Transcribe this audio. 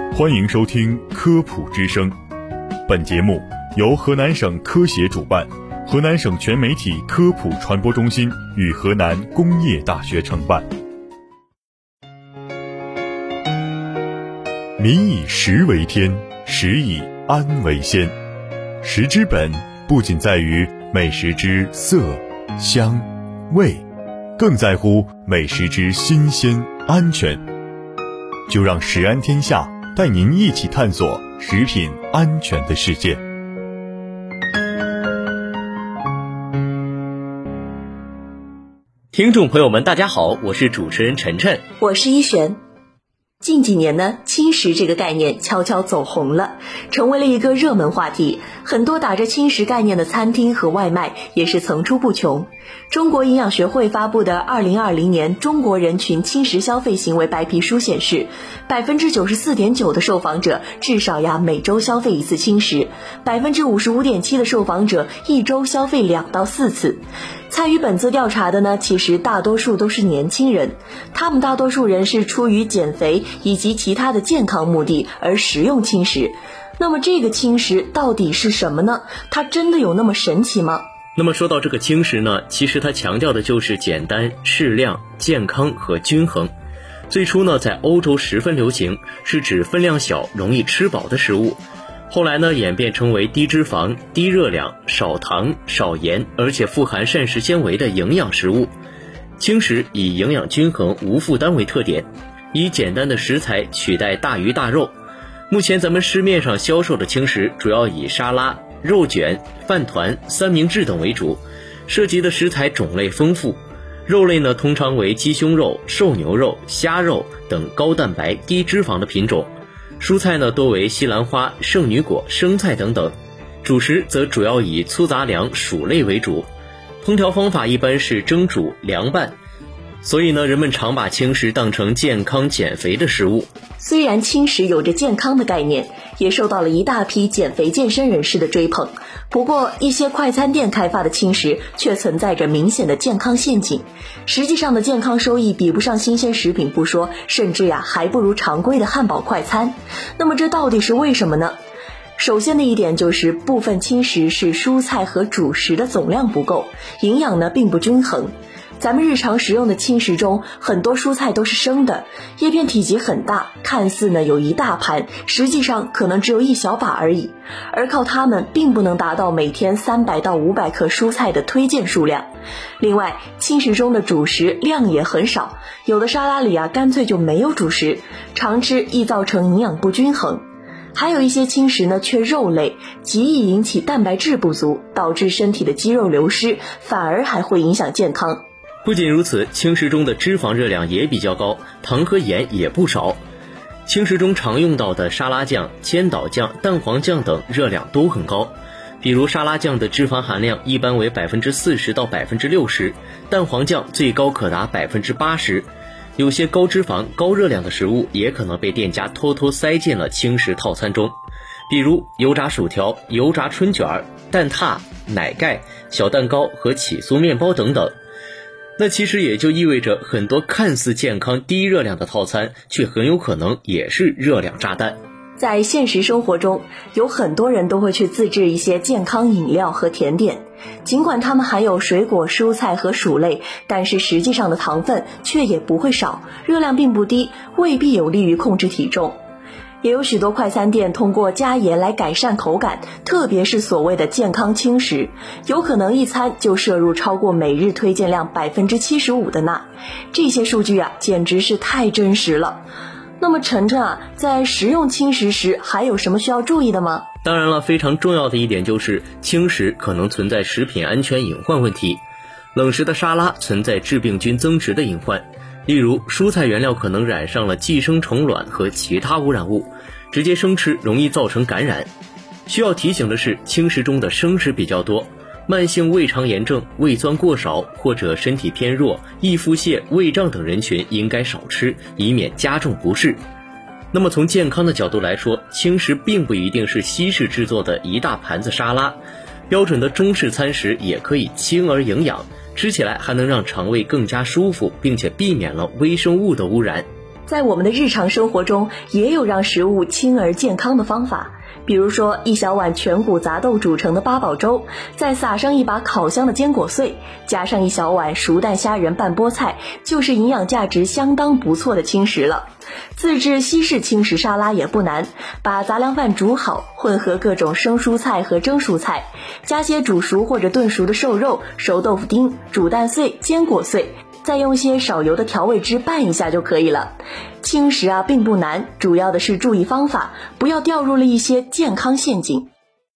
欢迎收听科普之声，本节目由河南省科协主办，河南省全媒体科普传播中心与河南工业大学承办。民以食为天，食以安为先。食之本不仅在于美食之色、香、味，更在乎美食之新鲜、安全。就让食安天下带您一起探索食品安全的世界。 听众朋友们大家好，我是主持人晨晨， 我是一璇。近几年呢，轻食这个概念悄悄走红了，成为了一个热门话题。很多打着轻食概念的餐厅和外卖也是层出不穷。中国营养学会发布的2020年中国人群轻食消费行为白皮书显示，94.9%的受访者至少每周消费一次轻食，55.7%的受访者一周消费2到4次。参与本次调查的呢，其实大多数都是年轻人，他们大多数人是出于减肥以及其他的健康目的而食用轻食。那么这个轻食到底是什么呢？它真的有那么神奇吗？ 那么说到这个轻食呢，其实它强调的就是简单、适量、健康和均衡。最初呢，在欧洲十分流行，是指分量小、容易吃饱的食物。后来呢，演变成为低脂肪、低热量、少糖、少盐，而且富含膳食纤维的营养食物。轻食以营养均衡、无负担为特点，以简单的食材取代大鱼大肉。目前咱们市面上销售的轻食主要以沙拉、肉卷、饭团、三明治等为主，涉及的食材种类丰富。肉类呢，通常为鸡胸肉、瘦牛肉、虾肉等高蛋白、低脂肪的品种。蔬菜呢，多为西兰花、圣女果、生菜等等。主食则主要以粗杂粮、薯类为主。烹调方法一般是蒸煮、凉拌。所以呢，人们常把轻食当成健康减肥的食物。 虽然轻食有着健康的概念，也受到了一大批减肥健身人士的追捧，不过一些快餐店开发的轻食却存在着明显的健康陷阱。实际上的健康收益比不上新鲜食品不说，甚至还不如常规的汉堡快餐。那么这到底是为什么呢？首先的一点就是部分轻食是蔬菜和主食的总量不够，营养呢并不均衡。咱们日常食用的轻食中，很多蔬菜都是生的，叶片体积很大，看似呢有一大盘，实际上可能只有一小把而已。而靠它们并不能达到每天300到500克蔬菜的推荐数量。另外，轻食中的主食量也很少，有的沙拉里干脆就没有主食，常吃易造成营养不均衡。还有一些轻食呢缺肉类，极易引起蛋白质不足，导致身体的肌肉流失，反而还会影响健康。 不仅如此，轻食中的脂肪热量也比较高，糖和盐也不少。轻食中常用到的沙拉酱、千岛酱、蛋黄酱等热量都很高。比如沙拉酱的脂肪含量一般为40%到60%，蛋黄酱最高可达80%。有些高脂肪、高热量的食物也可能被店家偷偷塞进了轻食套餐中，比如油炸薯条、油炸春卷、蛋挞、奶盖、小蛋糕和起酥面包等等。那其实也就意味着很多看似健康低热量的套餐，却很有可能也是热量炸弹。 在现实生活中，有很多人都会去自制一些健康饮料和甜点，尽管它们含有水果、蔬菜和薯类，但是实际上的糖分却也不会少，热量并不低，未必有利于控制体重。也有许多快餐店通过加盐来改善口感，特别是所谓的健康轻食，有可能一餐就摄入超过每日推荐量75%的钠。这些数据简直是太真实了。那么晨晨在食用轻食时还有什么需要注意的吗？ 当然了，非常重要的一点就是轻食可能存在食品安全隐患问题。冷食的沙拉存在致病菌增殖的隐患，例如蔬菜原料可能染上了寄生虫卵和其他污染物，直接生吃容易造成感染。需要提醒的是，轻食中的生食比较多，慢性胃肠炎症、胃酸过少或者身体偏弱、易腹泻、胃胀等人群应该少吃，以免加重不适。那么从健康的角度来说，轻食并不一定是西式制作的一大盘子沙拉，标准的中式餐食也可以轻而营养，吃起来还能让肠胃更加舒服，并且避免了微生物的污染。 在我们的日常生活中，也有让食物轻而健康的方法。比如说，一小碗全谷杂豆煮成的八宝粥，再撒上一把烤香的坚果碎，加上一小碗熟蛋虾仁拌菠菜，就是营养价值相当不错的轻食了。自制西式轻食沙拉也不难，把杂粮饭煮好，混合各种生蔬菜和蒸蔬菜，加些煮熟或者炖熟的瘦肉、熟豆腐丁、煮蛋碎、坚果碎，再用些少油的调味汁拌一下就可以了。轻食并不难，主要的是注意方法，不要掉入了一些健康陷阱。